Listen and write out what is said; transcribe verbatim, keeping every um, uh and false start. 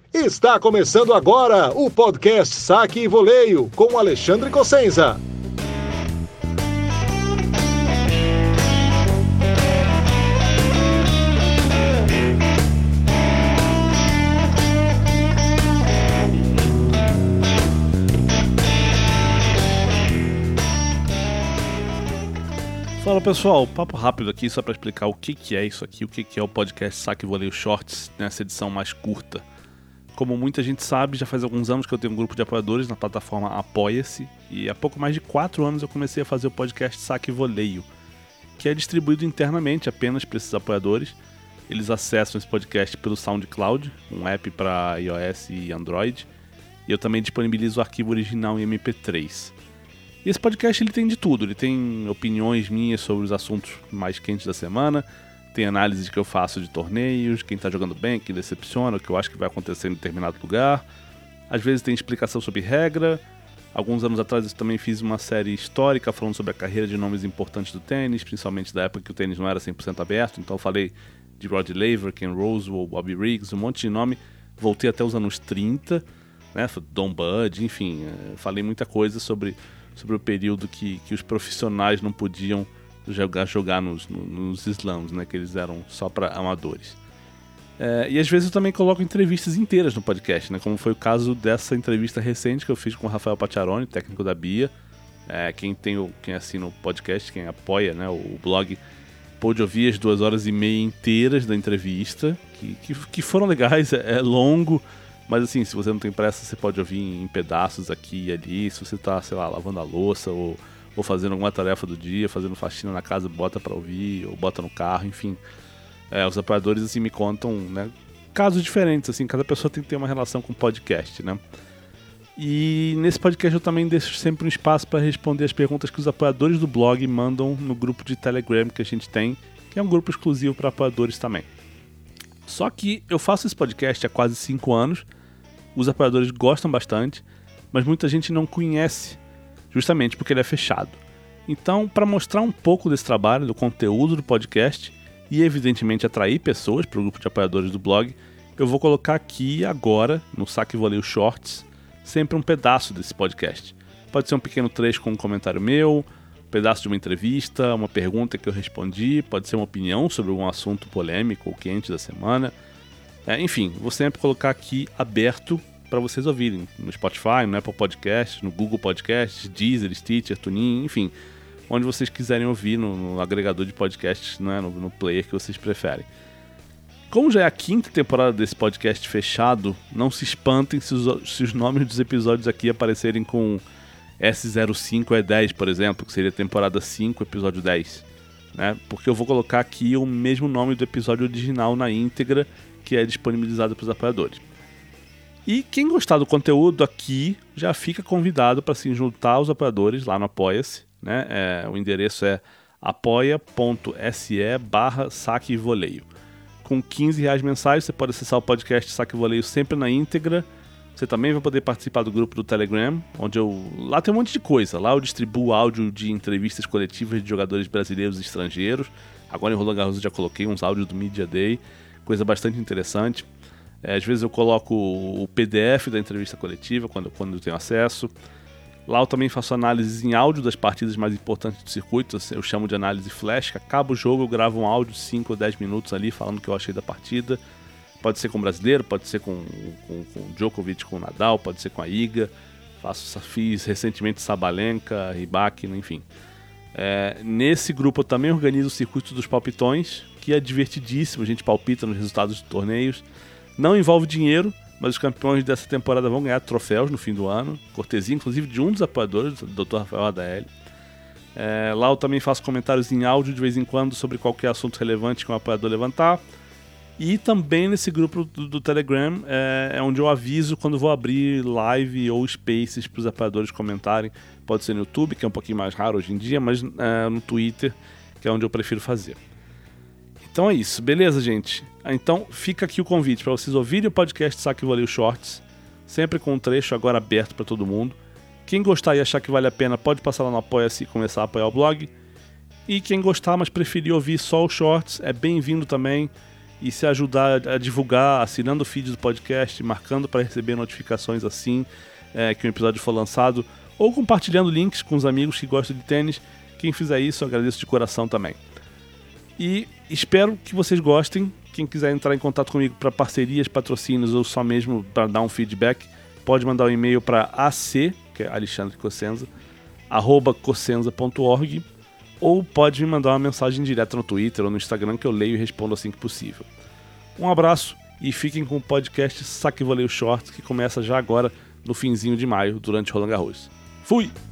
Está começando agora o podcast Saque e Voleio com Alexandre Cossenza. Fala pessoal, papo rápido aqui só para explicar o que, que é isso aqui, o que, que é o podcast Saque e Voleio Shorts nessa edição mais curta. Como muita gente sabe, já faz alguns anos que eu tenho um grupo de apoiadores na plataforma Apoia-se e há pouco mais de quatro anos eu comecei a fazer o podcast Saque e Voleio, que é distribuído internamente apenas para esses apoiadores. Eles acessam esse podcast pelo SoundCloud, um app para iOS e Android, e eu também disponibilizo o arquivo original em M P três. E esse podcast ele tem de tudo, ele tem opiniões minhas sobre os assuntos mais quentes da semana, tem análises que eu faço de torneios, quem tá jogando bem, quem decepciona, o que eu acho que vai acontecer em determinado lugar. Às vezes tem explicação sobre regra. Alguns anos atrás eu também fiz uma série histórica falando sobre a carreira de nomes importantes do tênis, principalmente da época que o tênis não era cem por cento aberto. Então eu falei de Rod Laver, Ken Rosewall, Bobby Riggs, um monte de nome. Voltei até os anos trinta, né, Don Bud, enfim, falei muita coisa sobre, sobre o período que, que os profissionais não podiam jogar, jogar nos, nos slams, né, que eles eram só para amadores. É, e às vezes eu também coloco entrevistas inteiras no podcast, né, como foi o caso dessa entrevista recente que eu fiz com o Rafael Pacciaroni, técnico da Bia. É, quem, tem o, quem assina o podcast, quem apoia, né, o blog, pôde ouvir as duas horas e meia inteiras da entrevista, que, que, que foram legais, é, é longo, mas assim, se você não tem pressa, você pode ouvir em pedaços aqui e ali, se você tá, sei lá, lavando a louça ou ou fazendo alguma tarefa do dia, fazendo faxina na casa, bota pra ouvir, ou bota no carro, enfim. É, os apoiadores, assim, me contam, né, casos diferentes, assim, cada pessoa tem que ter uma relação com o podcast, né. E nesse podcast eu também deixo sempre um espaço para responder as perguntas que os apoiadores do blog mandam no grupo de Telegram que a gente tem, que é um grupo exclusivo para apoiadores também. Só que eu faço esse podcast há quase cinco anos, os apoiadores gostam bastante, mas muita gente não conhece, justamente porque ele é fechado. Então, para mostrar um pouco desse trabalho, do conteúdo do podcast e evidentemente atrair pessoas para o grupo de apoiadores do blog, eu vou colocar aqui agora, no Saque e Voleio Shorts, sempre um pedaço desse podcast. Pode ser um pequeno trecho com um comentário meu, um pedaço de uma entrevista, uma pergunta que eu respondi, pode ser uma opinião sobre algum assunto polêmico ou quente da semana. É, enfim, vou sempre colocar aqui aberto para vocês ouvirem no Spotify, no Apple Podcasts, no Google Podcasts, Deezer, Stitcher, TuneIn, enfim, onde vocês quiserem ouvir no, no agregador de podcasts, né, no, no player que vocês preferem. Como já é a quinta temporada desse podcast fechado, não se espantem se os, se os nomes dos episódios aqui aparecerem com S zero cinco E dez, por exemplo, que seria temporada cinco, episódio dez, né, porque eu vou colocar aqui o mesmo nome do episódio original na íntegra, que é disponibilizado para os apoiadores. E quem gostar do conteúdo aqui já fica convidado para se juntar aos apoiadores lá no Apoia-se, né? É, o endereço é apoia.se barra saque e voleio. Com quinze reais mensais você pode acessar o podcast Saque e Voleio sempre na íntegra. Você também vai poder participar do grupo do Telegram, onde eu... lá tem um monte de coisa. Lá eu distribuo áudio de entrevistas coletivas de jogadores brasileiros e estrangeiros. Agora em Roland Garros eu já coloquei uns áudios do Media Day, coisa bastante interessante. É, às vezes eu coloco o P D F da entrevista coletiva quando, quando eu tenho acesso. Lá eu também faço análises em áudio das partidas mais importantes do circuito, eu chamo de análise flash, que acaba o jogo, eu gravo um áudio de cinco ou dez minutos ali falando o que eu achei da partida. Pode ser com o brasileiro, pode ser com, com, com o Djokovic, com o Nadal, pode ser com a Iga. Faço, fiz recentemente Sabalenka, Rybakina, enfim. É, nesse grupo eu também organizo o circuito dos palpitões, que é divertidíssimo, a gente palpita nos resultados de torneios. Não envolve dinheiro, mas os campeões dessa temporada vão ganhar troféus no fim do ano. Cortesia, inclusive, de um dos apoiadores, do doutor Rafael Adaeli. É, lá eu também faço comentários em áudio de vez em quando sobre qualquer assunto relevante que um apoiador levantar. E também nesse grupo do, do Telegram é, é onde eu aviso quando vou abrir live ou spaces para os apoiadores comentarem. Pode ser no YouTube, que é um pouquinho mais raro hoje em dia, mas é, no Twitter, que é onde eu prefiro fazer. Então é isso, beleza, gente? Então fica aqui o convite para vocês ouvirem o podcast Saque e Voleio Shorts, sempre com um trecho agora aberto para todo mundo. Quem gostar e achar que vale a pena pode passar lá no Apoia-se e começar a apoiar o blog. E quem gostar, mas preferir ouvir só os shorts, é bem-vindo também. e se ajudar a divulgar assinando o feed do podcast, marcando para receber notificações assim é, que um episódio for lançado, ou compartilhando links com os amigos que gostam de tênis. Quem fizer isso, eu agradeço de coração também. E espero que vocês gostem. Quem quiser entrar em contato comigo para parcerias, patrocínios ou só mesmo para dar um feedback, pode mandar um e-mail para ac, que é Alexandre Cossenza, arroba cossenza ponto org, ou pode me mandar uma mensagem direta no Twitter ou no Instagram que eu leio e respondo assim que possível. Um abraço e fiquem com o podcast Saque e Voleio Shorts, que começa já agora no finzinho de maio, durante Roland Garros. Fui!